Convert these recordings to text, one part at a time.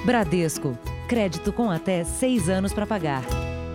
Bradesco. Crédito com até 6 anos para pagar.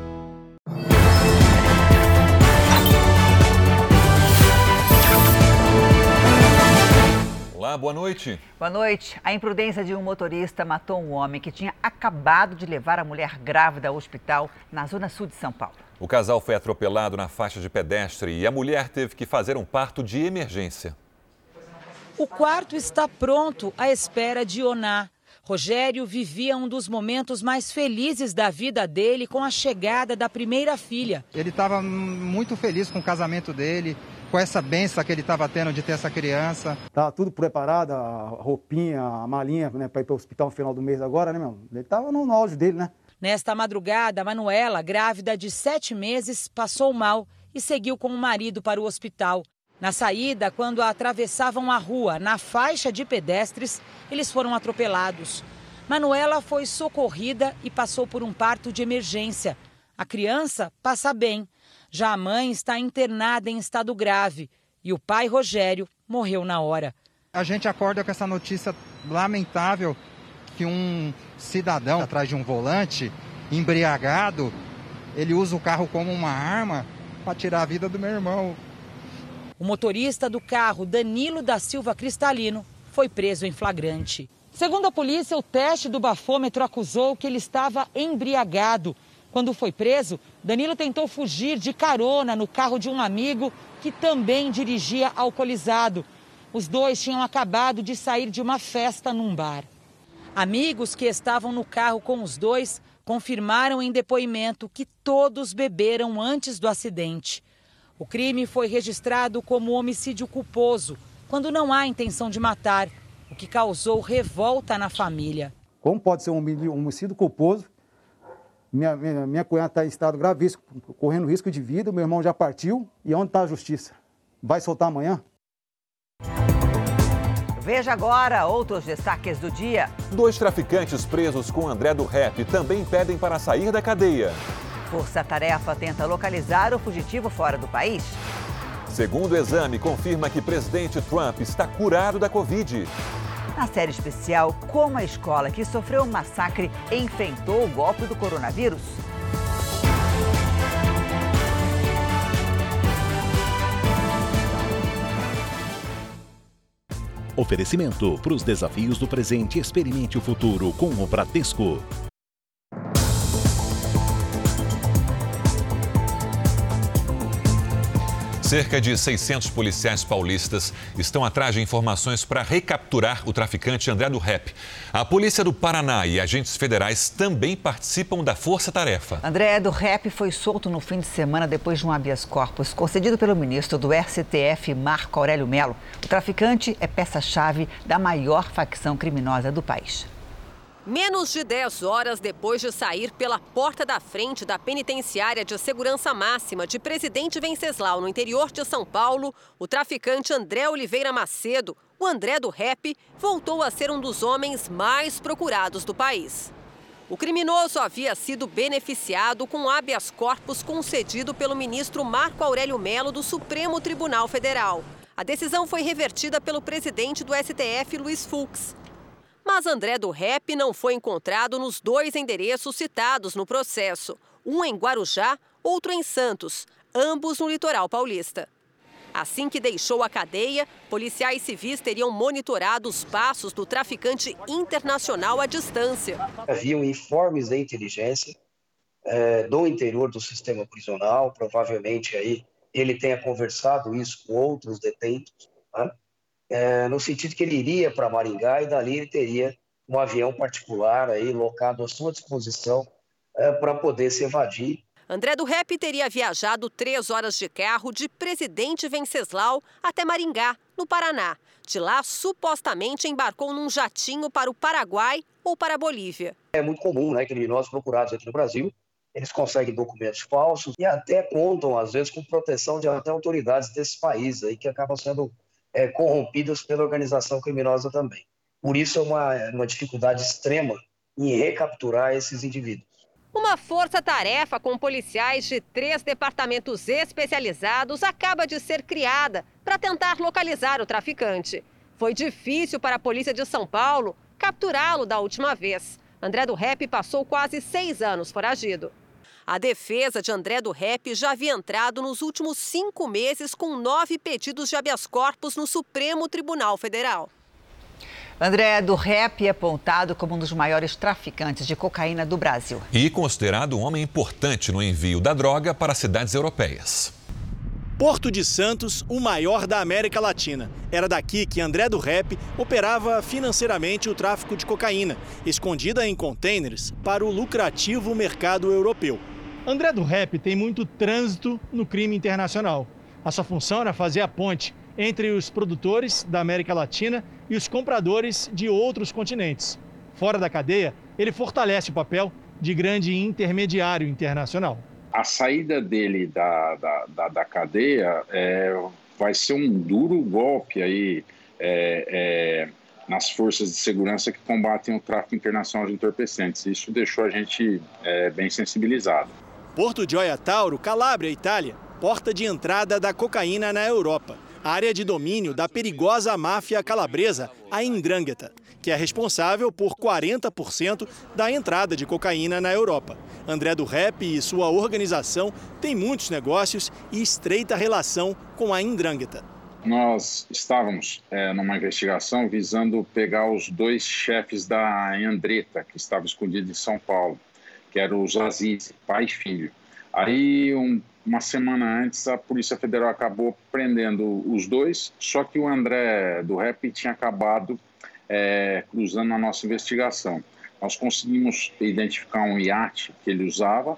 Olá, boa noite. Boa noite. A imprudência de um motorista matou um homem que tinha acabado de levar a mulher grávida ao hospital na zona sul de São Paulo. O casal foi atropelado na faixa de pedestre e a mulher teve que fazer um parto de emergência. O quarto está pronto à espera de Oná. Rogério vivia um dos momentos mais felizes da vida dele com a chegada da primeira filha. Ele estava muito feliz com o casamento dele, com essa bênção que ele estava tendo de ter essa criança. Tá tudo preparado, a roupinha, a malinha, né, para ir para o hospital no final do mês agora, né, meu? Ele estava no auge dele, né? Nesta madrugada, a Manuela, grávida de 7 meses, passou mal e seguiu com o marido para o hospital. Na saída, quando atravessavam a rua na faixa de pedestres, eles foram atropelados. Manuela foi socorrida e passou por um parto de emergência. A criança passa bem. Já a mãe está internada em estado grave e o pai, Rogério, morreu na hora. A gente acorda com essa notícia lamentável que um cidadão atrás de um volante, embriagado, ele usa o carro como uma arma para tirar a vida do meu irmão. O motorista do carro, Danilo da Silva Cristalino, foi preso em flagrante. Segundo a polícia, o teste do bafômetro acusou que ele estava embriagado. Quando foi preso, Danilo tentou fugir de carona no carro de um amigo que também dirigia alcoolizado. Os dois tinham acabado de sair de uma festa num bar. Amigos que estavam no carro com os dois confirmaram em depoimento que todos beberam antes do acidente. O crime foi registrado como homicídio culposo, quando não há intenção de matar, o que causou revolta na família. Como pode ser um homicídio culposo? Minha cunhada está em estado gravíssimo, correndo risco de vida, meu irmão já partiu. E onde está a justiça? Vai soltar amanhã? Veja agora outros destaques do dia. 2 traficantes presos com André do Rap também pedem para sair da cadeia. Força-tarefa tenta localizar o fugitivo fora do país. Segundo exame, confirma que presidente Trump está curado da Covid. Na série especial, como a escola que sofreu um massacre enfrentou o golpe do coronavírus. Oferecimento: para os desafios do presente, experimente o futuro com o Bradesco. Cerca de 600 policiais paulistas estão atrás de informações para recapturar o traficante André do Rap. A polícia do Paraná e agentes federais também participam da força-tarefa. André do Rap foi solto no fim de semana depois de um habeas corpus concedido pelo ministro do STF, Marco Aurélio Mello. O traficante é peça-chave da maior facção criminosa do país. Menos de 10 horas depois de sair pela porta da frente da penitenciária de segurança máxima de Presidente Venceslau, no interior de São Paulo, o traficante André Oliveira Macedo, o André do Rap, voltou a ser um dos homens mais procurados do país. O criminoso havia sido beneficiado com um habeas corpus concedido pelo ministro Marco Aurélio Mello do Supremo Tribunal Federal. A decisão foi revertida pelo presidente do STF, Luiz Fux. Mas André do Rap não foi encontrado nos 2 endereços citados no processo. Um em Guarujá, outro em Santos, ambos no litoral paulista. Assim que deixou a cadeia, policiais civis teriam monitorado os passos do traficante internacional à distância. Haviam informes da inteligência do interior do sistema prisional, provavelmente aí ele tenha conversado isso com outros detentos, né? No sentido que ele iria para Maringá e dali ele teria um avião particular aí locado à sua disposição para poder se evadir. André do Rap teria viajado 3 horas de carro de Presidente Venceslau até Maringá, no Paraná. De lá, supostamente embarcou num jatinho para o Paraguai ou para a Bolívia. É muito comum, né, criminosos procurados aqui no Brasil, eles conseguem documentos falsos e até contam, às vezes, com proteção de até autoridades desses países aí que acabam sendo corrompidas pela organização criminosa também. Por isso é uma dificuldade extrema em recapturar esses indivíduos. Uma força-tarefa com policiais de 3 departamentos especializados acaba de ser criada para tentar localizar o traficante. Foi difícil para a polícia de São Paulo capturá-lo da última vez. André do Rep passou quase 6 anos foragido. A defesa de André do Rep já havia entrado nos últimos 5 meses com 9 pedidos de habeas corpus no Supremo Tribunal Federal. André do Rep é apontado como um dos maiores traficantes de cocaína do Brasil. E considerado um homem importante no envio da droga para cidades europeias. Porto de Santos, o maior da América Latina. Era daqui que André do Rep operava financeiramente o tráfico de cocaína, escondida em contêineres para o lucrativo mercado europeu. André do Rep tem muito trânsito no crime internacional. A sua função era fazer a ponte entre os produtores da América Latina e os compradores de outros continentes. Fora da cadeia, ele fortalece o papel de grande intermediário internacional. A saída dele da cadeia vai ser um duro golpe aí, nas forças de segurança que combatem o tráfico internacional de entorpecentes. Isso deixou a gente bem sensibilizado. Porto Gioia Tauro, Calábria, Itália, porta de entrada da cocaína na Europa. Área de domínio da perigosa máfia calabresa, a 'Ndrangheta, que é responsável por 40% da entrada de cocaína na Europa. André do Rep e sua organização têm muitos negócios e estreita relação com a 'Ndrangheta. Nós estávamos numa investigação visando pegar os 2 chefes da 'Ndrangheta, que estavam escondidos em São Paulo, que eram os Aziz, pai e filho. Aí, uma semana antes, a Polícia Federal acabou prendendo os 2, só que o André do Rep tinha acabado cruzando a nossa investigação. Nós conseguimos identificar um iate que ele usava,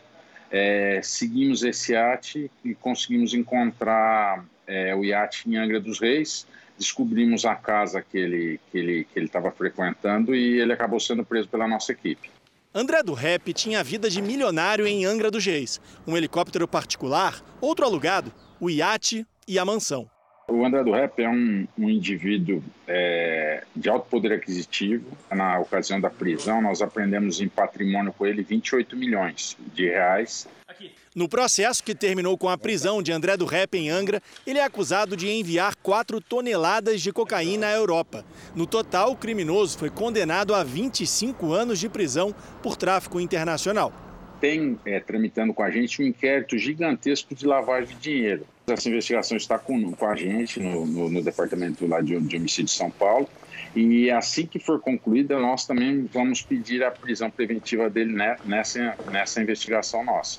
seguimos esse iate e conseguimos encontrar o iate em Angra dos Reis, descobrimos a casa que ele estava frequentando e ele acabou sendo preso pela nossa equipe. André do Rep tinha a vida de milionário em Angra dos Reis. Um helicóptero particular, outro alugado, o iate e a mansão. O André do Rep é um indivíduo de alto poder aquisitivo. Na ocasião da prisão, nós apreendemos em patrimônio com ele 28 milhões de reais. No processo que terminou com a prisão de André do Rep em Angra, ele é acusado de enviar 4 toneladas de cocaína à Europa. No total, o criminoso foi condenado a 25 anos de prisão por tráfico internacional. Tem tramitando com a gente um inquérito gigantesco de lavagem de dinheiro. Essa investigação está com a gente no departamento lá de homicídio de São Paulo. E assim que for concluída, nós também vamos pedir a prisão preventiva dele nessa investigação nossa.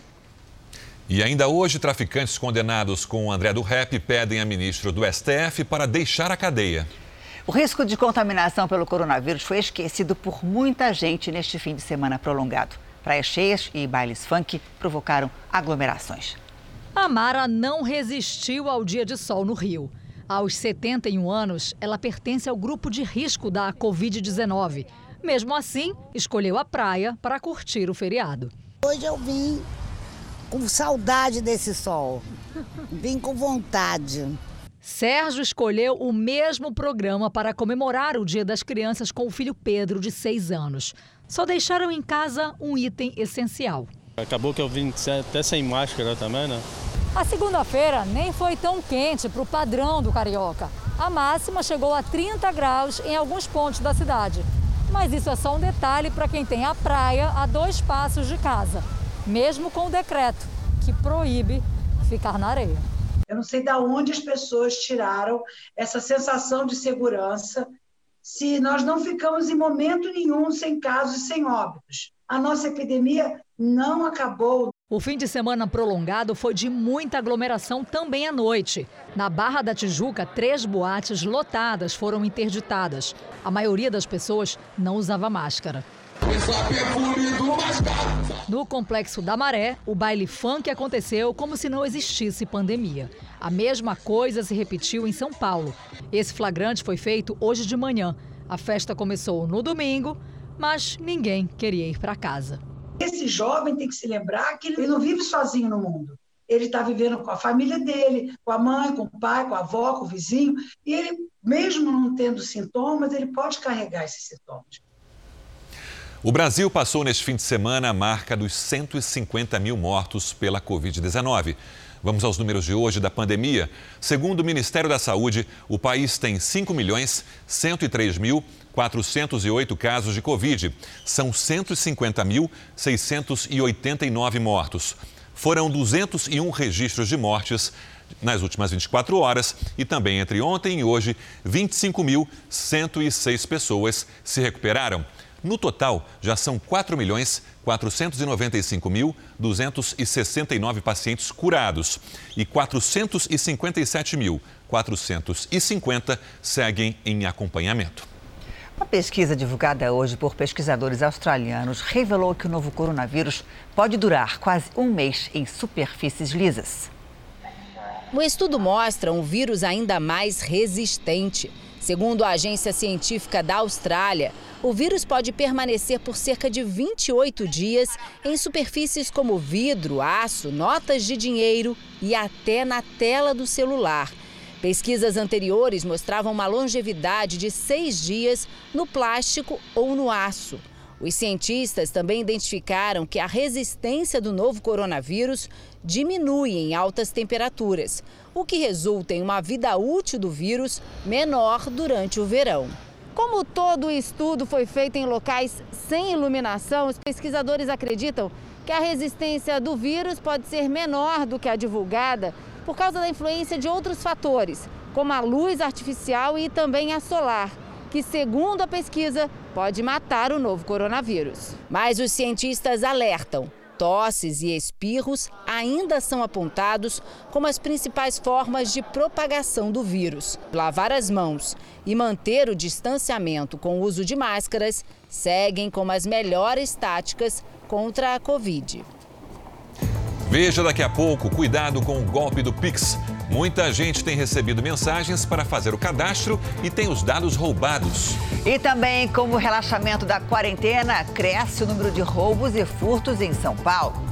E ainda hoje, traficantes condenados com o André do Rep pedem a ministra do STF para deixar a cadeia. O risco de contaminação pelo coronavírus foi esquecido por muita gente neste fim de semana prolongado. Praias cheias e bailes funk provocaram aglomerações. A Mara não resistiu ao dia de sol no Rio. Aos 71 anos, ela pertence ao grupo de risco da Covid-19. Mesmo assim, escolheu a praia para curtir o feriado. Hoje eu vim com saudade desse sol, vim com vontade. Sérgio escolheu o mesmo programa para comemorar o Dia das Crianças com o filho Pedro, de 6 anos. Só deixaram em casa um item essencial. Acabou que eu vim até sem máscara também, né? A segunda-feira nem foi tão quente para o padrão do carioca. A máxima chegou a 30 graus em alguns pontos da cidade. Mas isso é só um detalhe para quem tem a praia a 2 passos de casa. Mesmo com o decreto que proíbe ficar na areia. Eu não sei de onde as pessoas tiraram essa sensação de segurança se nós não ficamos em momento nenhum sem casos e sem óbitos. A nossa epidemia não acabou. O fim de semana prolongado foi de muita aglomeração também à noite. Na Barra da Tijuca, 3 boates lotadas foram interditadas. A maioria das pessoas não usava máscara. No Complexo da Maré, o baile funk aconteceu como se não existisse pandemia. A mesma coisa se repetiu em São Paulo. Esse flagrante foi feito hoje de manhã. A festa começou no domingo, mas ninguém queria ir para casa. Esse jovem tem que se lembrar que ele não vive sozinho no mundo. Ele está vivendo com a família dele, com a mãe, com o pai, com a avó, com o vizinho. E ele, mesmo não tendo sintomas, ele pode carregar esses sintomas. O Brasil passou neste fim de semana a marca dos 150 mil mortos pela Covid-19. Vamos aos números de hoje da pandemia. Segundo o Ministério da Saúde, o país tem 5.103.408 casos de Covid. São 150.689 mortos. Foram 201 registros de mortes nas últimas 24 horas e também entre ontem e hoje, 25.106 pessoas se recuperaram. No total, já são 4.495.269 pacientes curados e 457.450 seguem em acompanhamento. Uma pesquisa divulgada hoje por pesquisadores australianos revelou que o novo coronavírus pode durar quase um mês em superfícies lisas. O estudo mostra um vírus ainda mais resistente. Segundo a agência científica da Austrália, o vírus pode permanecer por cerca de 28 dias em superfícies como vidro, aço, notas de dinheiro e até na tela do celular. Pesquisas anteriores mostravam uma longevidade de 6 dias no plástico ou no aço. Os cientistas também identificaram que a resistência do novo coronavírus diminui em altas temperaturas, o que resulta em uma vida útil do vírus menor durante o verão. Como todo o estudo foi feito em locais sem iluminação, os pesquisadores acreditam que a resistência do vírus pode ser menor do que a divulgada por causa da influência de outros fatores, como a luz artificial e também a solar, que, segundo a pesquisa, pode matar o novo coronavírus. Mas os cientistas alertam: tosses e espirros ainda são apontados como as principais formas de propagação do vírus. Lavar as mãos e manter o distanciamento com o uso de máscaras seguem como as melhores táticas contra a Covid. Veja daqui a pouco, cuidado com o golpe do Pix. Muita gente tem recebido mensagens para fazer o cadastro e tem os dados roubados. E também, com o relaxamento da quarentena, cresce o número de roubos e furtos em São Paulo.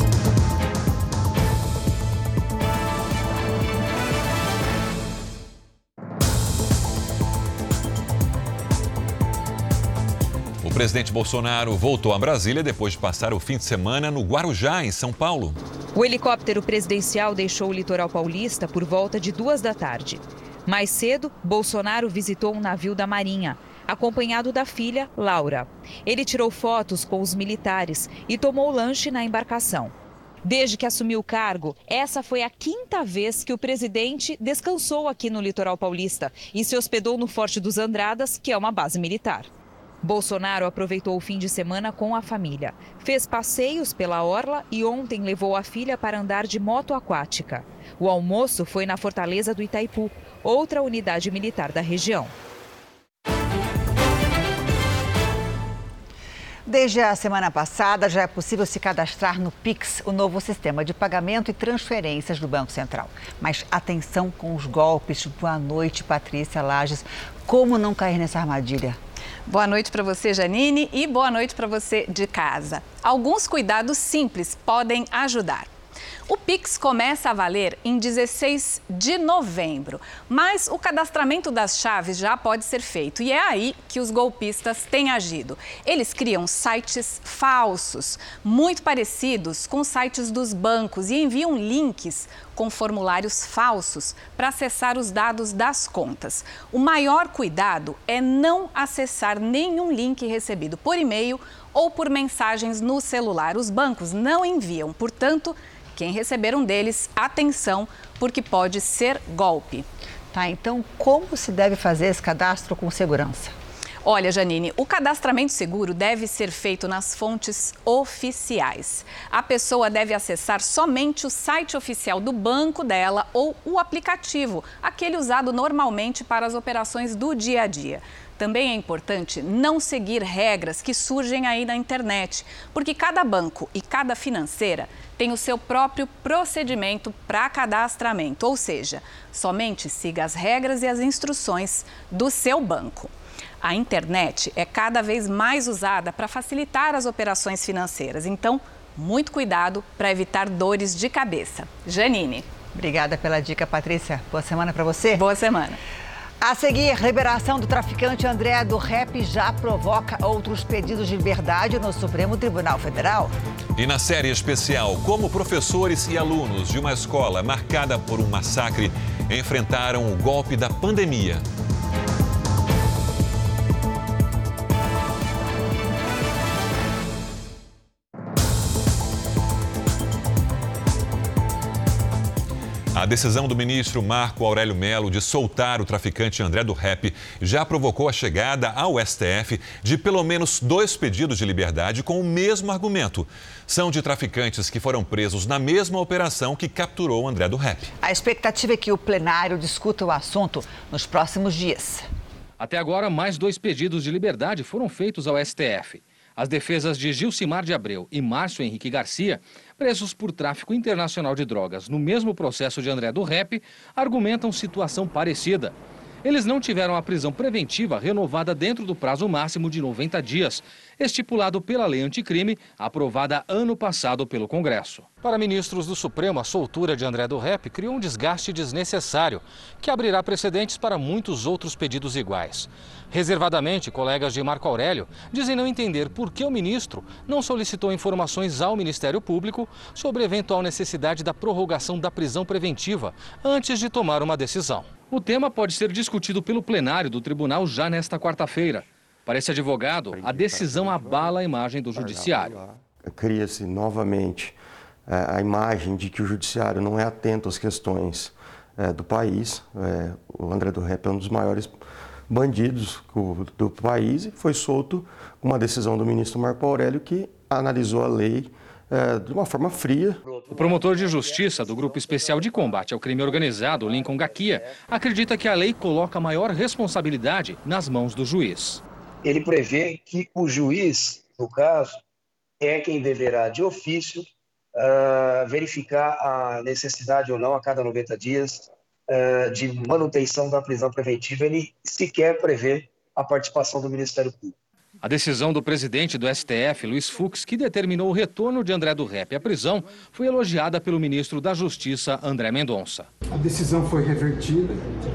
O presidente Bolsonaro voltou a Brasília depois de passar o fim de semana no Guarujá, em São Paulo. O helicóptero presidencial deixou o litoral paulista por volta de 2 da tarde. Mais cedo, Bolsonaro visitou um navio da Marinha, acompanhado da filha, Laura. Ele tirou fotos com os militares e tomou lanche na embarcação. Desde que assumiu o cargo, essa foi a 5ª vez que o presidente descansou aqui no litoral paulista e se hospedou no Forte dos Andradas, que é uma base militar. Bolsonaro aproveitou o fim de semana com a família. Fez passeios pela orla e ontem levou a filha para andar de moto aquática. O almoço foi na Fortaleza do Itaipu, outra unidade militar da região. Desde a semana passada, já é possível se cadastrar no Pix, o novo sistema de pagamento e transferências do Banco Central. Mas atenção com os golpes. Boa noite, Patrícia Lages. Como não cair nessa armadilha? Boa noite para você, Janine, e boa noite para você de casa. Alguns cuidados simples podem ajudar. O Pix começa a valer em 16 de novembro, mas o cadastramento das chaves já pode ser feito e é aí que os golpistas têm agido. Eles criam sites falsos, muito parecidos com sites dos bancos e enviam links com formulários falsos para acessar os dados das contas. O maior cuidado é não acessar nenhum link recebido por e-mail ou por mensagens no celular. Os bancos não enviam, portanto, quem receber um deles, atenção, porque pode ser golpe. Tá, então como se deve fazer esse cadastro com segurança? Olha, Janine, o cadastramento seguro deve ser feito nas fontes oficiais. A pessoa deve acessar somente o site oficial do banco dela ou o aplicativo, aquele usado normalmente para as operações do dia a dia. Também é importante não seguir regras que surgem aí na internet, porque cada banco e cada financeira tem o seu próprio procedimento para cadastramento, ou seja, somente siga as regras e as instruções do seu banco. A internet é cada vez mais usada para facilitar as operações financeiras, então, muito cuidado para evitar dores de cabeça. Janine. Obrigada pela dica, Patrícia. Boa semana para você. Boa semana. A seguir, liberação do traficante André do Rep já provoca outros pedidos de liberdade no Supremo Tribunal Federal. E na série especial, como professores e alunos de uma escola marcada por um massacre enfrentaram o golpe da pandemia. A decisão do ministro Marco Aurélio Mello de soltar o traficante André do Rep já provocou a chegada ao STF de pelo menos 2 pedidos de liberdade com o mesmo argumento. São de traficantes que foram presos na mesma operação que capturou André do Rep. A expectativa é que o plenário discuta o assunto nos próximos dias. Até agora, mais 2 pedidos de liberdade foram feitos ao STF. As defesas de Gilcimar de Abreu e Márcio Henrique Garcia, presos por tráfico internacional de drogas no mesmo processo de André do Rep, argumentam situação parecida. Eles não tiveram a prisão preventiva renovada dentro do prazo máximo de 90 dias, estipulado pela lei anticrime, aprovada ano passado pelo Congresso. Para ministros do Supremo, a soltura de André do Rep criou um desgaste desnecessário, que abrirá precedentes para muitos outros pedidos iguais. Reservadamente, colegas de Marco Aurélio dizem não entender por que o ministro não solicitou informações ao Ministério Público sobre a eventual necessidade da prorrogação da prisão preventiva antes de tomar uma decisão. O tema pode ser discutido pelo plenário do tribunal já nesta quarta-feira. Para esse advogado, a decisão abala a imagem do judiciário. Cria-se novamente a imagem de que o judiciário não é atento às questões do país. O André do Rep é um dos maiores bandidos do país e foi solto com uma decisão do ministro Marco Aurélio que analisou a lei de uma forma fria. O promotor de justiça do Grupo Especial de Combate ao Crime Organizado, Lincoln Gaquia, acredita que a lei coloca maior responsabilidade nas mãos do juiz. Ele prevê que o juiz, no caso, é quem deverá, de ofício, verificar a necessidade ou não, a cada 90 dias, de manutenção da prisão preventiva. Ele sequer prevê a participação do Ministério Público. A decisão do presidente do STF, Luiz Fux, que determinou o retorno de André do Rep à prisão, foi elogiada pelo ministro da Justiça, André Mendonça. A decisão foi revertida.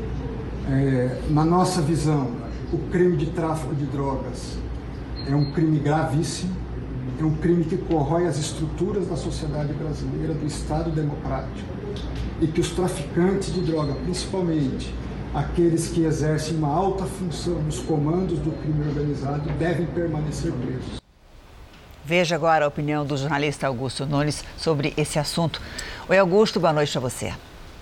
Na nossa visão, o crime de tráfico de drogas é um crime gravíssimo, é um crime que corrói as estruturas da sociedade brasileira, do Estado democrático, e que os traficantes de droga, principalmente aqueles que exercem uma alta função nos comandos do crime organizado, devem permanecer presos. Veja agora a opinião do jornalista Augusto Nunes sobre esse assunto. Oi, Augusto, boa noite a você.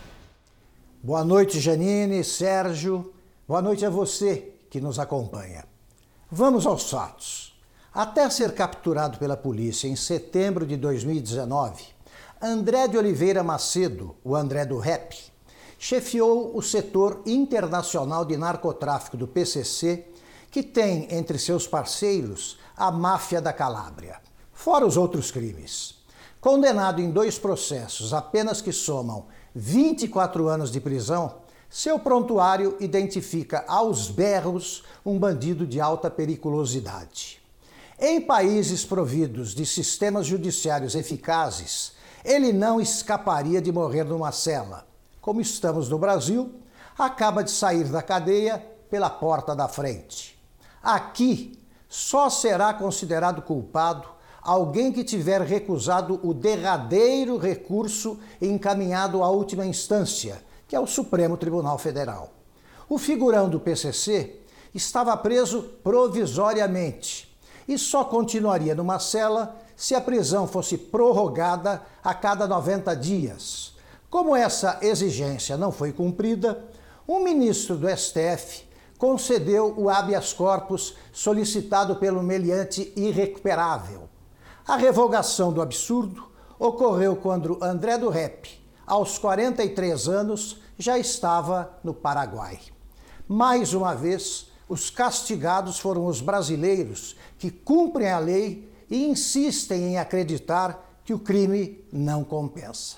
Boa noite, Janine, Sérgio. Boa noite a você que nos acompanha. Vamos aos fatos. Até ser capturado pela polícia em setembro de 2019, André de Oliveira Macedo, o André do Rep, chefiou o setor internacional de narcotráfico do PCC, que tem entre seus parceiros a máfia da Calábria, fora os outros crimes. Condenado em 2 processos, apenas que somam 24 anos de prisão, seu prontuário identifica aos berros um bandido de alta periculosidade. Em países providos de sistemas judiciários eficazes, ele não escaparia de morrer numa cela. Como estamos no Brasil, acaba de sair da cadeia pela porta da frente. Aqui, só será considerado culpado alguém que tiver recusado o derradeiro recurso encaminhado à última instância, que é o Supremo Tribunal Federal. O figurão do PCC estava preso provisoriamente e só continuaria numa cela se a prisão fosse prorrogada a cada 90 dias. Como essa exigência não foi cumprida, um ministro do STF concedeu o habeas corpus solicitado pelo meliante irrecuperável. A revogação do absurdo ocorreu quando André do Rep, aos 43 anos, já estava no Paraguai. Mais uma vez, os castigados foram os brasileiros que cumprem a lei e insistem em acreditar que o crime não compensa.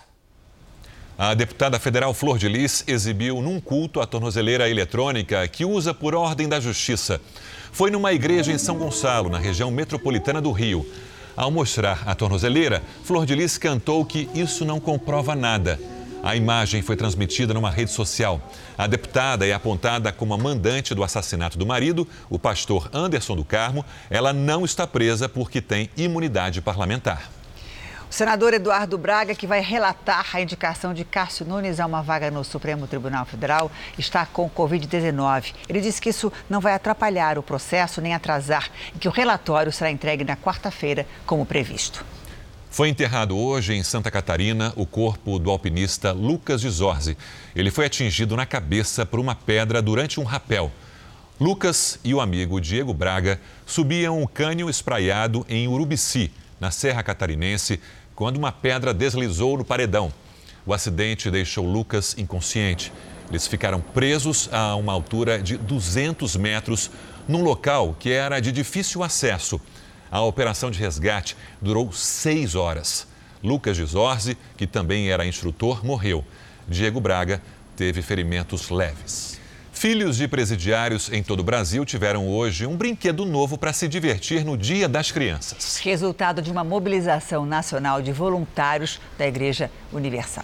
A deputada federal Flor de Lis exibiu num culto a tornozeleira eletrônica que usa por ordem da Justiça. Foi numa igreja em São Gonçalo, na região metropolitana do Rio. Ao mostrar a tornozeleira, Flor de Lis cantou que isso não comprova nada. A imagem foi transmitida numa rede social. A deputada é apontada como a mandante do assassinato do marido, o pastor Anderson do Carmo. Ela não está presa porque tem imunidade parlamentar. O senador Eduardo Braga, que vai relatar a indicação de Cássio Nunes a uma vaga no Supremo Tribunal Federal, está com Covid-19. Ele disse que isso não vai atrapalhar o processo nem atrasar e que o relatório será entregue na quarta-feira, como previsto. Foi enterrado hoje em Santa Catarina o corpo do alpinista Lucas de Zorzi. Ele foi atingido na cabeça por uma pedra durante um rapel. Lucas e o amigo Diego Braga subiam um cânion espraiado em Urubici, na Serra Catarinense, quando uma pedra deslizou no paredão. O acidente deixou Lucas inconsciente. Eles ficaram presos a uma altura de 200 metros, num local que era de difícil acesso. A operação de resgate durou 6 horas. Lucas de Zorzi, que também era instrutor, morreu. Diego Braga teve ferimentos leves. Filhos de presidiários em todo o Brasil tiveram hoje um brinquedo novo para se divertir no Dia das Crianças. Resultado de uma mobilização nacional de voluntários da Igreja Universal.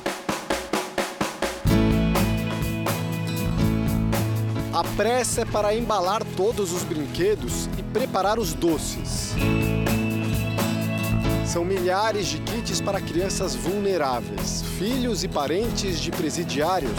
A pressa é para embalar todos os brinquedos e preparar os doces. São milhares de kits para crianças vulneráveis, filhos e parentes de presidiários.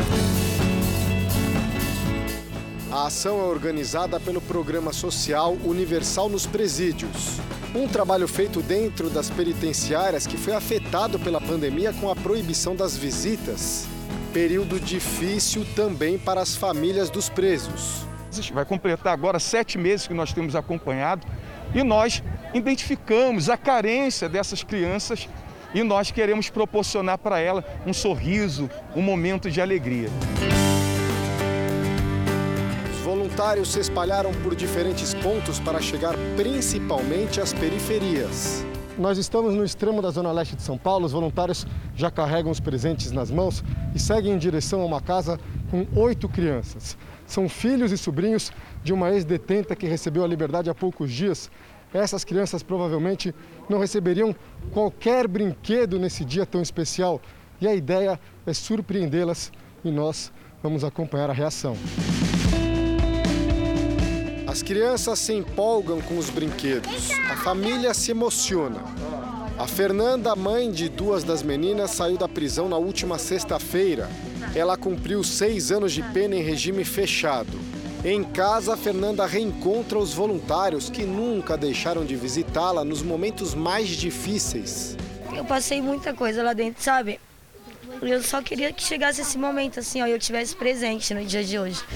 A ação é organizada pelo Programa Social Universal nos Presídios. Um trabalho feito dentro das penitenciárias que foi afetado pela pandemia com a proibição das visitas. Período difícil também para as famílias dos presos. Vai completar agora 7 meses que nós temos acompanhado e nós identificamos a carência dessas crianças e nós queremos proporcionar para ela um sorriso, um momento de alegria. Voluntários se espalharam por diferentes pontos para chegar principalmente às periferias. Nós estamos no extremo da zona leste de São Paulo, os voluntários já carregam os presentes nas mãos e seguem em direção a uma casa com 8 crianças. São filhos e sobrinhos de uma ex-detenta que recebeu a liberdade há poucos dias. Essas crianças provavelmente não receberiam qualquer brinquedo nesse dia tão especial. E a ideia é surpreendê-las e nós vamos acompanhar a reação. As crianças se empolgam com os brinquedos, a família se emociona. A Fernanda, mãe de 2 das meninas, saiu da prisão na última sexta-feira. Ela cumpriu 6 anos de pena em regime fechado. Em casa, a Fernanda reencontra os voluntários que nunca deixaram de visitá-la nos momentos mais difíceis. Eu passei muita coisa lá dentro, sabe? Eu só queria que chegasse esse momento assim, ó, eu tivesse presente no dia de hoje.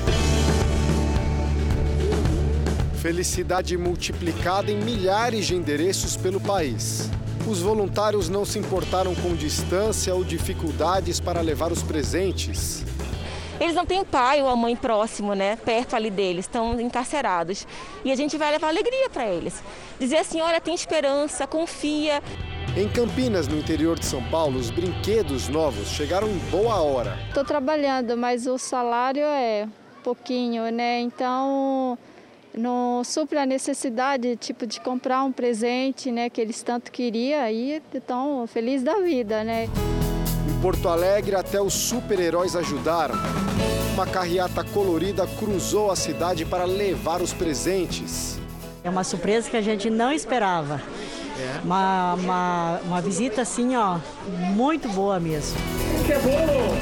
Felicidade multiplicada em milhares de endereços pelo país. Os voluntários não se importaram com distância ou dificuldades para levar os presentes. Eles não têm o pai ou a mãe próximo, né, perto ali deles, estão encarcerados. E a gente vai levar alegria para eles. Dizer assim, olha, tem esperança, confia. Em Campinas, no interior de São Paulo, os brinquedos novos chegaram em boa hora. Estou trabalhando, mas o salário é pouquinho, né, então não supre a necessidade tipo de comprar um presente, né, que eles tanto queriam e estão felizes da vida, né. Em Porto Alegre, até os super-heróis ajudaram. Uma carreata colorida cruzou a cidade para levar os presentes. É uma surpresa que a gente não esperava. Uma visita assim, ó, muito boa mesmo. Que bom!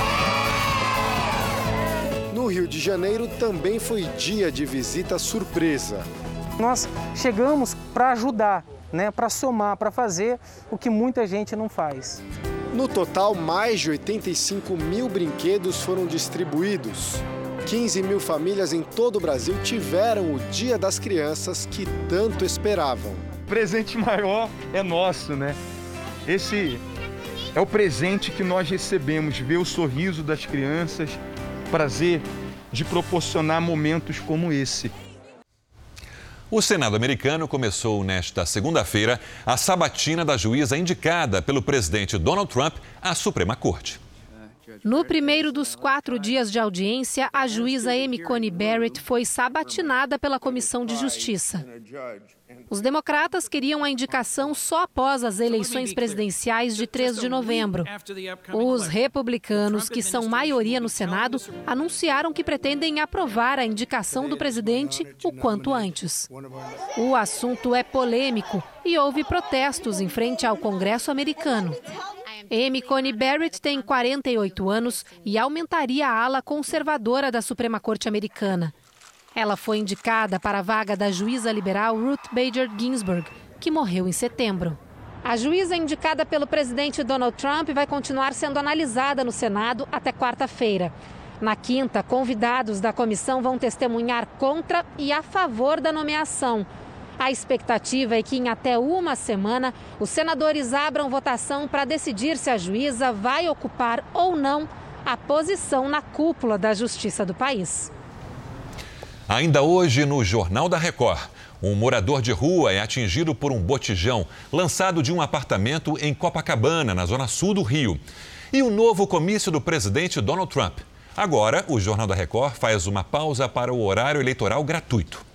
No Rio de Janeiro também foi dia de visita surpresa. Nós chegamos para ajudar, né, para somar, para fazer o que muita gente não faz. No total, mais de 85 mil brinquedos foram distribuídos. 15 mil famílias em todo o Brasil tiveram o Dia das Crianças que tanto esperavam. O presente maior é nosso, né? Esse é o presente que nós recebemos, ver o sorriso das crianças, prazer de proporcionar momentos como esse. O Senado americano começou nesta segunda-feira a sabatina da juíza indicada pelo presidente Donald Trump à Suprema Corte. No primeiro dos 4 dias de audiência, a juíza Amy Coney Barrett foi sabatinada pela Comissão de Justiça. Os democratas queriam a indicação só após as eleições presidenciais de 3 de novembro. Os republicanos, que são maioria no Senado, anunciaram que pretendem aprovar a indicação do presidente o quanto antes. O assunto é polêmico e houve protestos em frente ao Congresso americano. Amy Coney Barrett tem 48 anos e aumentaria a ala conservadora da Suprema Corte americana. Ela foi indicada para a vaga da juíza liberal Ruth Bader Ginsburg, que morreu em setembro. A juíza indicada pelo presidente Donald Trump vai continuar sendo analisada no Senado até quarta-feira. Na quinta, convidados da comissão vão testemunhar contra e a favor da nomeação. A expectativa é que em até uma semana os senadores abram votação para decidir se a juíza vai ocupar ou não a posição na cúpula da justiça do país. Ainda hoje, no Jornal da Record, um morador de rua é atingido por um botijão lançado de um apartamento em Copacabana, na zona sul do Rio. E o novo comício do presidente Donald Trump. Agora, o Jornal da Record faz uma pausa para o horário eleitoral gratuito.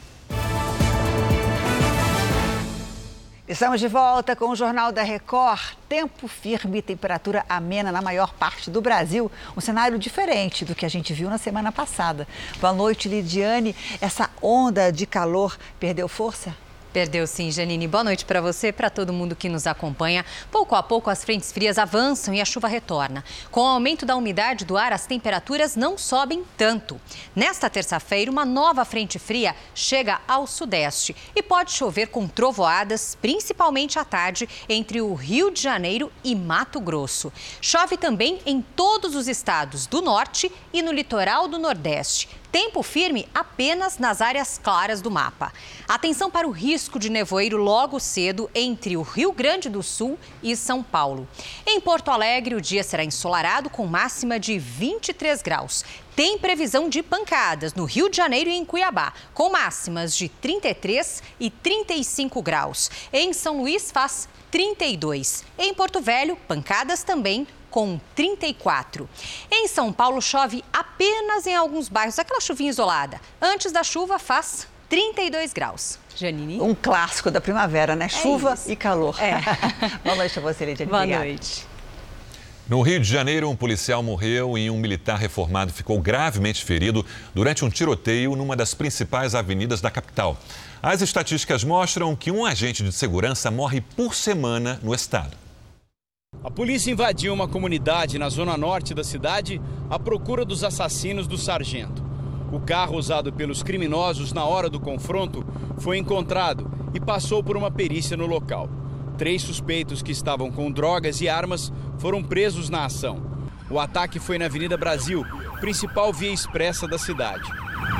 Estamos de volta com o Jornal da Record. Tempo firme e temperatura amena na maior parte do Brasil. Um cenário diferente do que a gente viu na semana passada. Boa noite, Lidiane. Essa onda de calor perdeu força? Perdeu sim, Janine. Boa noite para você, para todo mundo que nos acompanha. Pouco a pouco as frentes frias avançam e a chuva retorna. Com o aumento da umidade do ar, as temperaturas não sobem tanto. Nesta terça-feira, uma nova frente fria chega ao sudeste e pode chover com trovoadas, principalmente à tarde, entre o Rio de Janeiro e Mato Grosso. Chove também em todos os estados do norte e no litoral do nordeste. Tempo firme apenas nas áreas claras do mapa. Atenção para o risco de nevoeiro logo cedo entre o Rio Grande do Sul e São Paulo. Em Porto Alegre, o dia será ensolarado com máxima de 23 graus. Tem previsão de pancadas no Rio de Janeiro e em Cuiabá, com máximas de 33 e 35 graus. Em São Luís faz 32. Em Porto Velho, pancadas também com 34. Em São Paulo, chove apenas em alguns bairros, aquela chuvinha isolada. Antes da chuva, faz 32 graus. Janine? Um clássico da primavera, né? Chuva e calor. Boa noite a você, Lidiane. Boa noite. No Rio de Janeiro, um policial morreu e um militar reformado ficou gravemente ferido durante um tiroteio numa das principais avenidas da capital. As estatísticas mostram que um agente de segurança morre por semana no estado. A polícia invadiu uma comunidade na zona norte da cidade à procura dos assassinos do sargento. O carro usado pelos criminosos na hora do confronto foi encontrado e passou por uma perícia no local. 3 suspeitos que estavam com drogas e armas foram presos na ação. O ataque foi na Avenida Brasil, principal via expressa da cidade.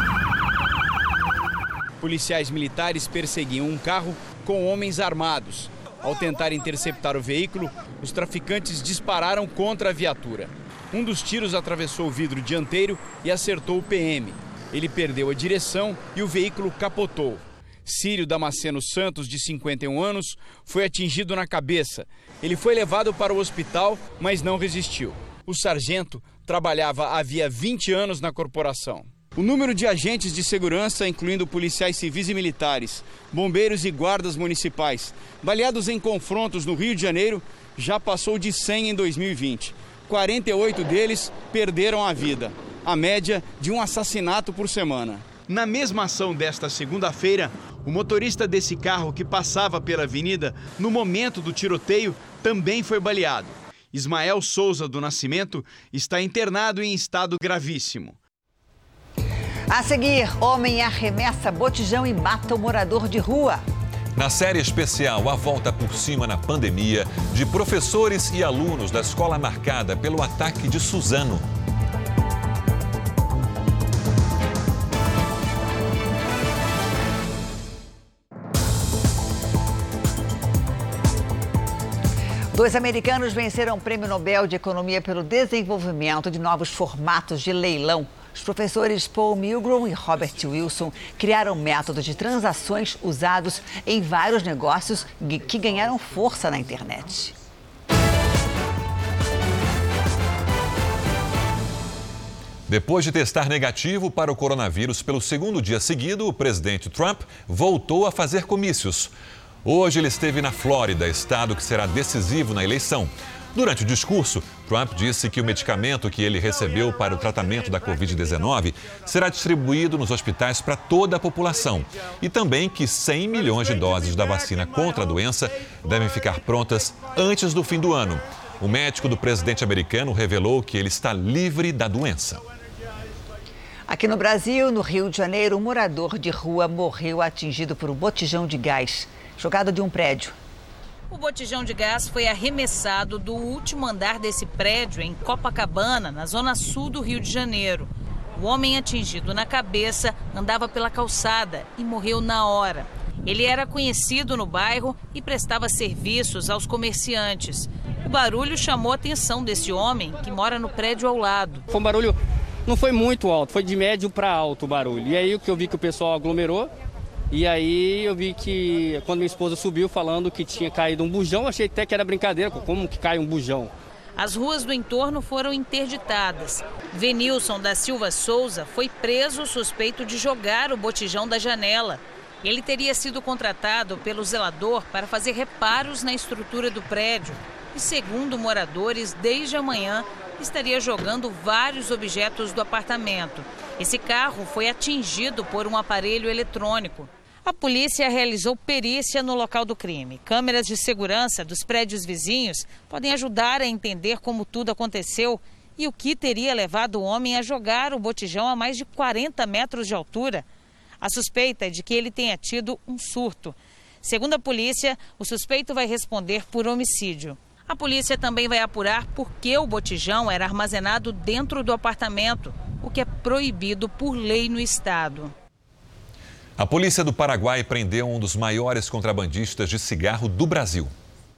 Policiais militares perseguiam um carro com homens armados. Ao tentar interceptar o veículo, os traficantes dispararam contra a viatura. Um dos tiros atravessou o vidro dianteiro e acertou o PM. Ele perdeu a direção e o veículo capotou. Círio Damasceno Santos, de 51 anos, foi atingido na cabeça. Ele foi levado para o hospital, mas não resistiu. O sargento trabalhava havia 20 anos na corporação. O número de agentes de segurança, incluindo policiais civis e militares, bombeiros e guardas municipais, baleados em confrontos no Rio de Janeiro, já passou de 100 em 2020. 48 deles perderam a vida, a média de um assassinato por semana. Na mesma ação desta segunda-feira, o motorista desse carro que passava pela avenida no momento do tiroteio também foi baleado. Ismael Souza do Nascimento está internado em estado gravíssimo. A seguir, homem arremessa botijão e mata o morador de rua. Na série especial, a volta por cima na pandemia de professores e alunos da escola marcada pelo ataque de Suzano. Dois americanos venceram o Prêmio Nobel de Economia pelo desenvolvimento de novos formatos de leilão. Os professores Paul Milgrom e Robert Wilson criaram métodos de transações usados em vários negócios que ganharam força na internet. Depois de testar negativo para o coronavírus pelo segundo dia seguido, o presidente Trump voltou a fazer comícios. Hoje ele esteve na Flórida, estado que será decisivo na eleição. Durante o discurso, Trump disse que o medicamento que ele recebeu para o tratamento da Covid-19 será distribuído nos hospitais para toda a população. E também que 100 milhões de doses da vacina contra a doença devem ficar prontas antes do fim do ano. O médico do presidente americano revelou que ele está livre da doença. Aqui no Brasil, no Rio de Janeiro, um morador de rua morreu atingido por um botijão de gás jogado de um prédio. O botijão de gás foi arremessado do último andar desse prédio em Copacabana, na zona sul do Rio de Janeiro. O homem atingido na cabeça andava pela calçada e morreu na hora. Ele era conhecido no bairro e prestava serviços aos comerciantes. O barulho chamou a atenção desse homem que mora no prédio ao lado. Foi um barulho, não foi muito alto, foi de médio para alto o barulho. E aí o que eu vi que o pessoal aglomerou. E aí eu vi que quando minha esposa subiu falando que tinha caído um bujão, achei até que era brincadeira, como que cai um bujão? As ruas do entorno foram interditadas. Venilson da Silva Souza foi preso suspeito de jogar o botijão da janela. Ele teria sido contratado pelo zelador para fazer reparos na estrutura do prédio. E segundo moradores, desde amanhã estaria jogando vários objetos do apartamento. Esse carro foi atingido por um aparelho eletrônico. A polícia realizou perícia no local do crime. Câmeras de segurança dos prédios vizinhos podem ajudar a entender como tudo aconteceu e o que teria levado o homem a jogar o botijão a mais de 40 metros de altura. A suspeita é de que ele tenha tido um surto. Segundo a polícia, o suspeito vai responder por homicídio. A polícia também vai apurar por que o botijão era armazenado dentro do apartamento, o que é proibido por lei no estado. A polícia do Paraguai prendeu um dos maiores contrabandistas de cigarro do Brasil.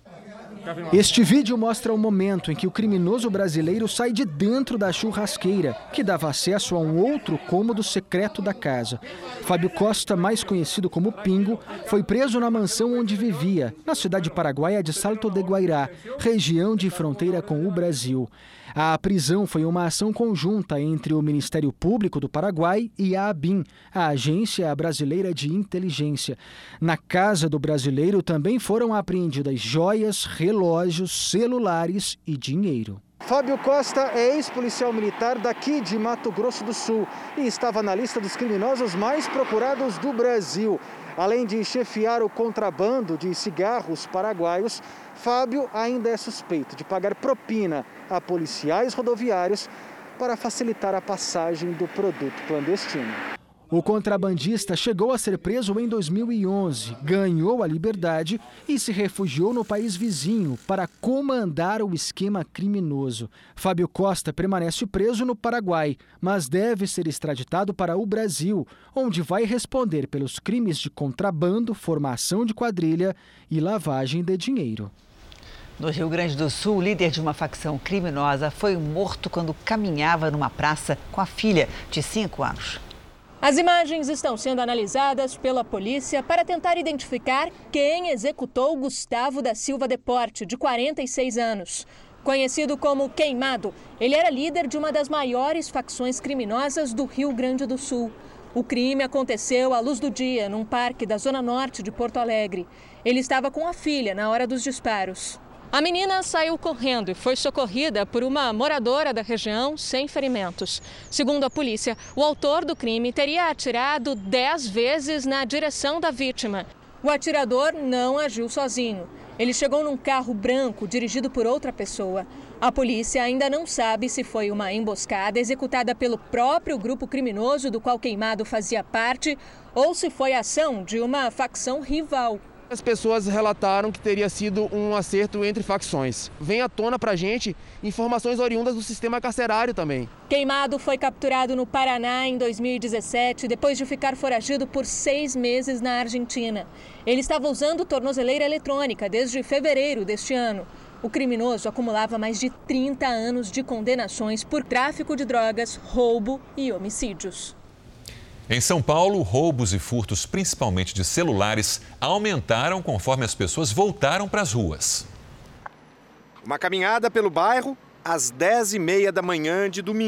Este vídeo mostra o momento em que o criminoso brasileiro sai de dentro da churrasqueira, que dava acesso a um outro cômodo secreto da casa. Fábio Costa, mais conhecido como Pingo, foi preso na mansão onde vivia, na cidade paraguaia de Salto de Guairá, região de fronteira com o Brasil. A prisão foi uma ação conjunta entre o Ministério Público do Paraguai e a ABIN, a Agência Brasileira de Inteligência. Na casa do brasileiro também foram apreendidas joias, relógios, celulares e dinheiro. Fábio Costa é ex-policial militar daqui de Mato Grosso do Sul e estava na lista dos criminosos mais procurados do Brasil. Além de chefiar o contrabando de cigarros paraguaios, Fábio ainda é suspeito de pagar propina a policiais rodoviários para facilitar a passagem do produto clandestino. O contrabandista chegou a ser preso em 2011, ganhou a liberdade e se refugiou no país vizinho para comandar o esquema criminoso. Fábio Costa permanece preso no Paraguai, mas deve ser extraditado para o Brasil, onde vai responder pelos crimes de contrabando, formação de quadrilha e lavagem de dinheiro. No Rio Grande do Sul, o líder de uma facção criminosa foi morto quando caminhava numa praça com a filha de 5 anos. As imagens estão sendo analisadas pela polícia para tentar identificar quem executou Gustavo da Silva Deporte, de 46 anos. Conhecido como Queimado, ele era líder de uma das maiores facções criminosas do Rio Grande do Sul. O crime aconteceu à luz do dia, num parque da zona norte de Porto Alegre. Ele estava com a filha na hora dos disparos. A menina saiu correndo e foi socorrida por uma moradora da região sem ferimentos. Segundo a polícia, o autor do crime teria atirado 10 vezes na direção da vítima. O atirador não agiu sozinho. Ele chegou num carro branco dirigido por outra pessoa. A polícia ainda não sabe se foi uma emboscada executada pelo próprio grupo criminoso do qual Queimado fazia parte ou se foi ação de uma facção rival. As pessoas relataram que teria sido um acerto entre facções. Vem à tona pra gente informações oriundas do sistema carcerário também. Queimado foi capturado no Paraná em 2017, depois de ficar foragido por 6 meses na Argentina. Ele estava usando tornozeleira eletrônica desde fevereiro deste ano. O criminoso acumulava mais de 30 anos de condenações por tráfico de drogas, roubo e homicídios. Em São Paulo, roubos e furtos, principalmente de celulares, aumentaram conforme as pessoas voltaram para as ruas. Uma caminhada pelo bairro às 10h30 da manhã de domingo.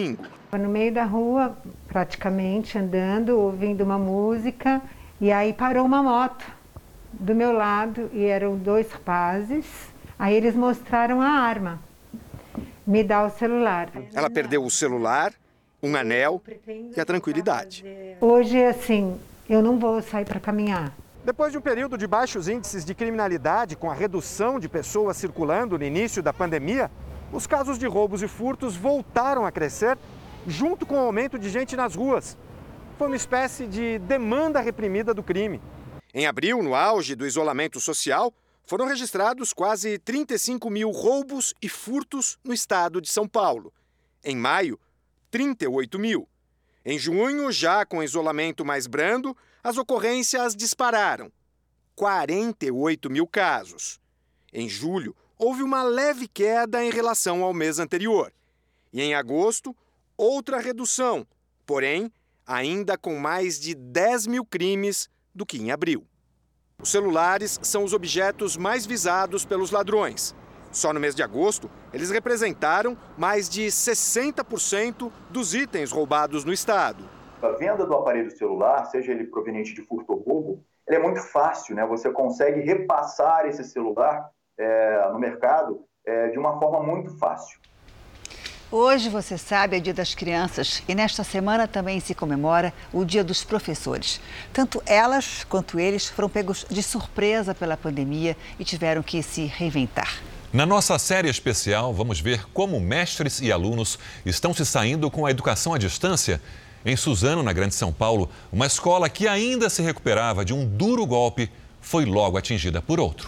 No meio da rua, praticamente andando, ouvindo uma música, e aí parou uma moto do meu lado e eram 2 rapazes. Aí eles mostraram a arma. Me dá o celular. Ela perdeu o celular, um anel e a tranquilidade. Hoje, assim, eu não vou sair para caminhar. Depois de um período de baixos índices de criminalidade, com a redução de pessoas circulando no início da pandemia, os casos de roubos e furtos voltaram a crescer, junto com o aumento de gente nas ruas. Foi uma espécie de demanda reprimida do crime. Em abril, no auge do isolamento social, foram registrados quase 35 mil roubos e furtos no estado de São Paulo. Em maio, 38 mil. Em junho, já com isolamento mais brando, as ocorrências dispararam. 48 mil casos. Em julho, houve uma leve queda em relação ao mês anterior. E em agosto, outra redução, porém, ainda com mais de 10 mil crimes do que em abril. Os celulares são os objetos mais visados pelos ladrões. Só no mês de agosto, eles representaram mais de 60% dos itens roubados no estado. A venda do aparelho celular, seja ele proveniente de furto ou roubo, ele é muito fácil, né? Você consegue repassar esse celular no mercado de uma forma muito fácil. Hoje, você sabe, é Dia das Crianças e nesta semana também se comemora o Dia dos Professores. Tanto elas quanto eles foram pegos de surpresa pela pandemia e tiveram que se reinventar. Na nossa série especial, vamos ver como mestres e alunos estão se saindo com a educação à distância. Em Suzano, na Grande São Paulo, uma escola que ainda se recuperava de um duro golpe foi logo atingida por outro.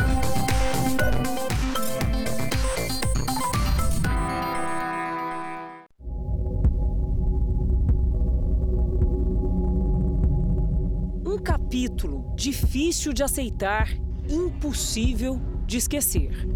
Um capítulo difícil de aceitar, impossível de esquecer.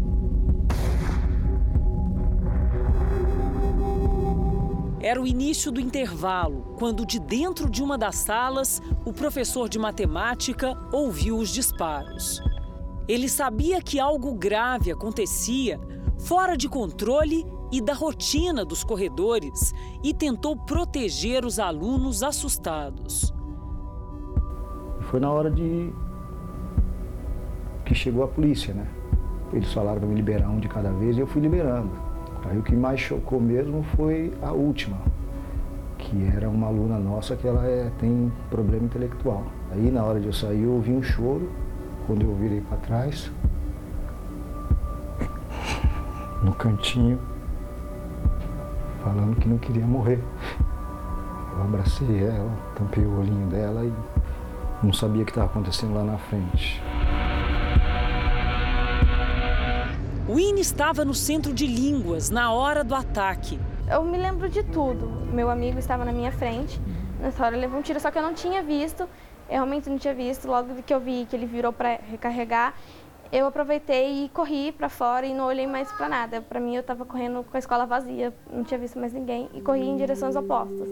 Era o início do intervalo, quando de dentro de uma das salas, o professor de matemática ouviu os disparos. Ele sabia que algo grave acontecia, fora de controle e da rotina dos corredores, e tentou proteger os alunos assustados. Foi na hora que chegou a polícia, né? Eles falaram para me liberar um de cada vez e eu fui liberando. Aí o que mais chocou mesmo foi a última, que era uma aluna nossa que ela tem problema intelectual. Aí na hora de eu sair eu ouvi um choro, quando eu virei para trás, no cantinho, falando que não queria morrer. Eu abracei ela, tampei o olhinho dela e não sabia o que estava acontecendo lá na frente. O Winnie estava no centro de línguas na hora do ataque. Eu me lembro de tudo. Meu amigo estava na minha frente. Nessa hora ele levou um tiro, só que eu não tinha visto. Eu realmente não tinha visto. Logo que eu vi que ele virou para recarregar, eu aproveitei e corri para fora e não olhei mais para nada. Para mim, eu estava correndo com a escola vazia, não tinha visto mais ninguém e corri em direções opostas.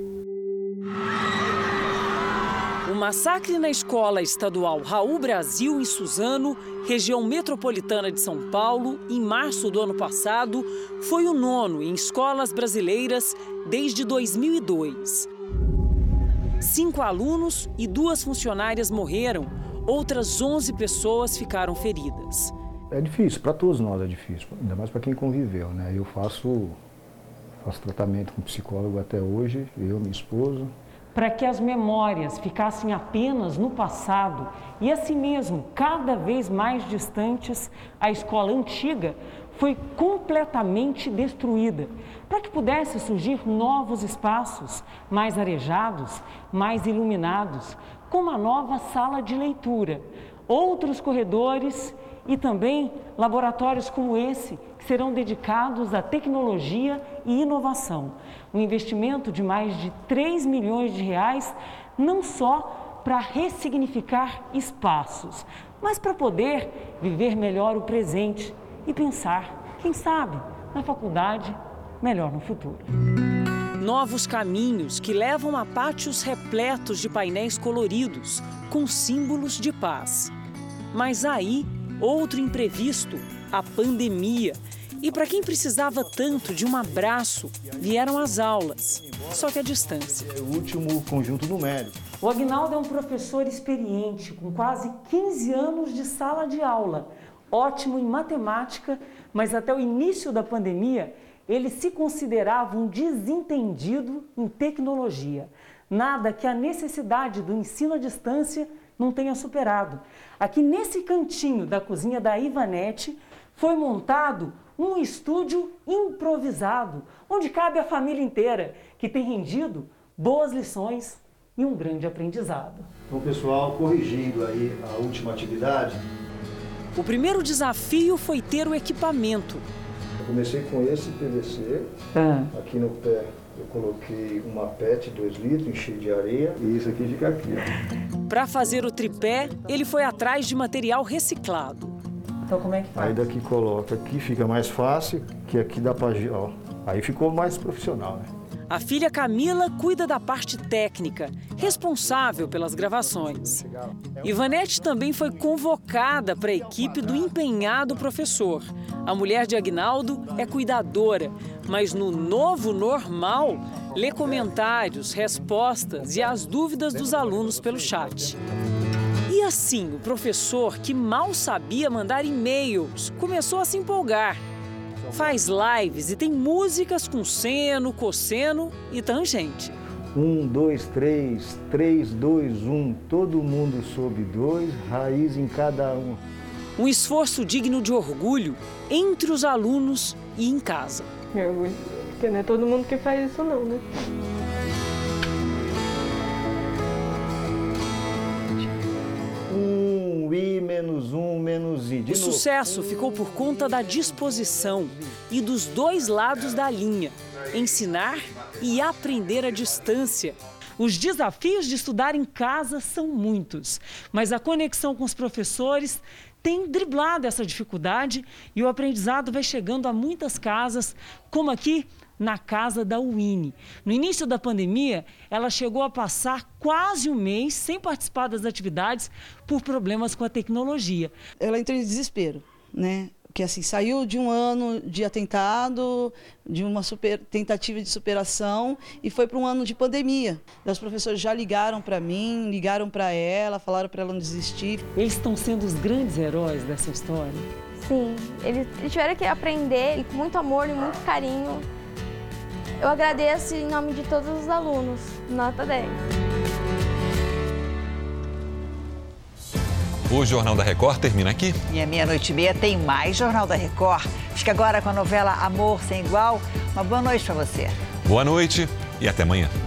O massacre na escola estadual Raul Brasil, em Suzano, região metropolitana de São Paulo, em março do ano passado, foi o 9º em escolas brasileiras desde 2002. 5 alunos e 2 funcionárias morreram, outras 11 pessoas ficaram feridas. É difícil, para todos nós é difícil, ainda mais para quem conviveu, né? Eu faço tratamento com psicólogo até hoje, eu e minha esposa. Para que as memórias ficassem apenas no passado e assim mesmo, cada vez mais distantes, a escola antiga foi completamente destruída, para que pudesse surgir novos espaços, mais arejados, mais iluminados, com uma nova sala de leitura, outros corredores e também laboratórios como esse, que serão dedicados à tecnologia e inovação. Um investimento de mais de 3 milhões de reais, não só para ressignificar espaços, mas para poder viver melhor o presente e pensar, quem sabe, na faculdade, melhor no futuro. Novos caminhos que levam a pátios repletos de painéis coloridos, com símbolos de paz. Mas aí, outro imprevisto, a pandemia, E para quem precisava tanto de um abraço, vieram as aulas, só que à distância. É o último conjunto numérico. O Aguinaldo é um professor experiente, com quase 15 anos de sala de aula. Ótimo em matemática, mas até o início da pandemia, ele se considerava um desentendido em tecnologia. Nada que a necessidade do ensino à distância não tenha superado. Aqui nesse cantinho da cozinha da Ivanete, foi montado um estúdio improvisado, onde cabe a família inteira, que tem rendido boas lições e um grande aprendizado. Então, pessoal, corrigindo aí a última atividade. O primeiro desafio foi ter o equipamento. Eu comecei com esse PVC, aqui no pé eu coloquei uma PET 2 litros, enchi de areia e isso aqui fica aqui. Para fazer o tripé, ele foi atrás de material reciclado. Então como é que faz? Aí daqui coloca aqui, fica mais fácil, que aqui dá para... Aí ficou mais profissional, né? A filha Camila cuida da parte técnica, responsável pelas gravações. Ivanete também foi convocada para a equipe do empenhado professor. A mulher de Aguinaldo é cuidadora, mas no novo normal, lê comentários, respostas e as dúvidas dos alunos pelo chat. E assim, o professor, que mal sabia mandar e-mails, começou a se empolgar. Faz lives e tem músicas com seno, cosseno e tangente. 1, 2, 3, 3, 2, 1, todo mundo sob 2, raiz em cada um. Um esforço digno de orgulho entre os alunos e em casa. Me orgulho, porque não é todo mundo que faz isso não, né? I menos 1 menos I. O sucesso ficou por conta da disposição e dos dois lados da linha, ensinar e aprender à distância. Os desafios de estudar em casa são muitos, mas a conexão com os professores tem driblado essa dificuldade e o aprendizado vai chegando a muitas casas, como aqui na casa da Winnie. No início da pandemia, ela chegou a passar quase um mês sem participar das atividades por problemas com a tecnologia. Ela entrou em desespero, né? Que assim, saiu de um ano de atentado, de uma tentativa de superação e foi para um ano de pandemia. Os professores já ligaram para mim, ligaram para ela, falaram para ela não desistir. Eles estão sendo os grandes heróis dessa história? Sim, eles tiveram que aprender e com muito amor e muito carinho. Eu agradeço em nome de todos os alunos. Nota 10. O Jornal da Record termina aqui. E à 00:30 tem mais Jornal da Record. Fica agora com a novela Amor Sem Igual. Uma boa noite para você. Boa noite e até amanhã.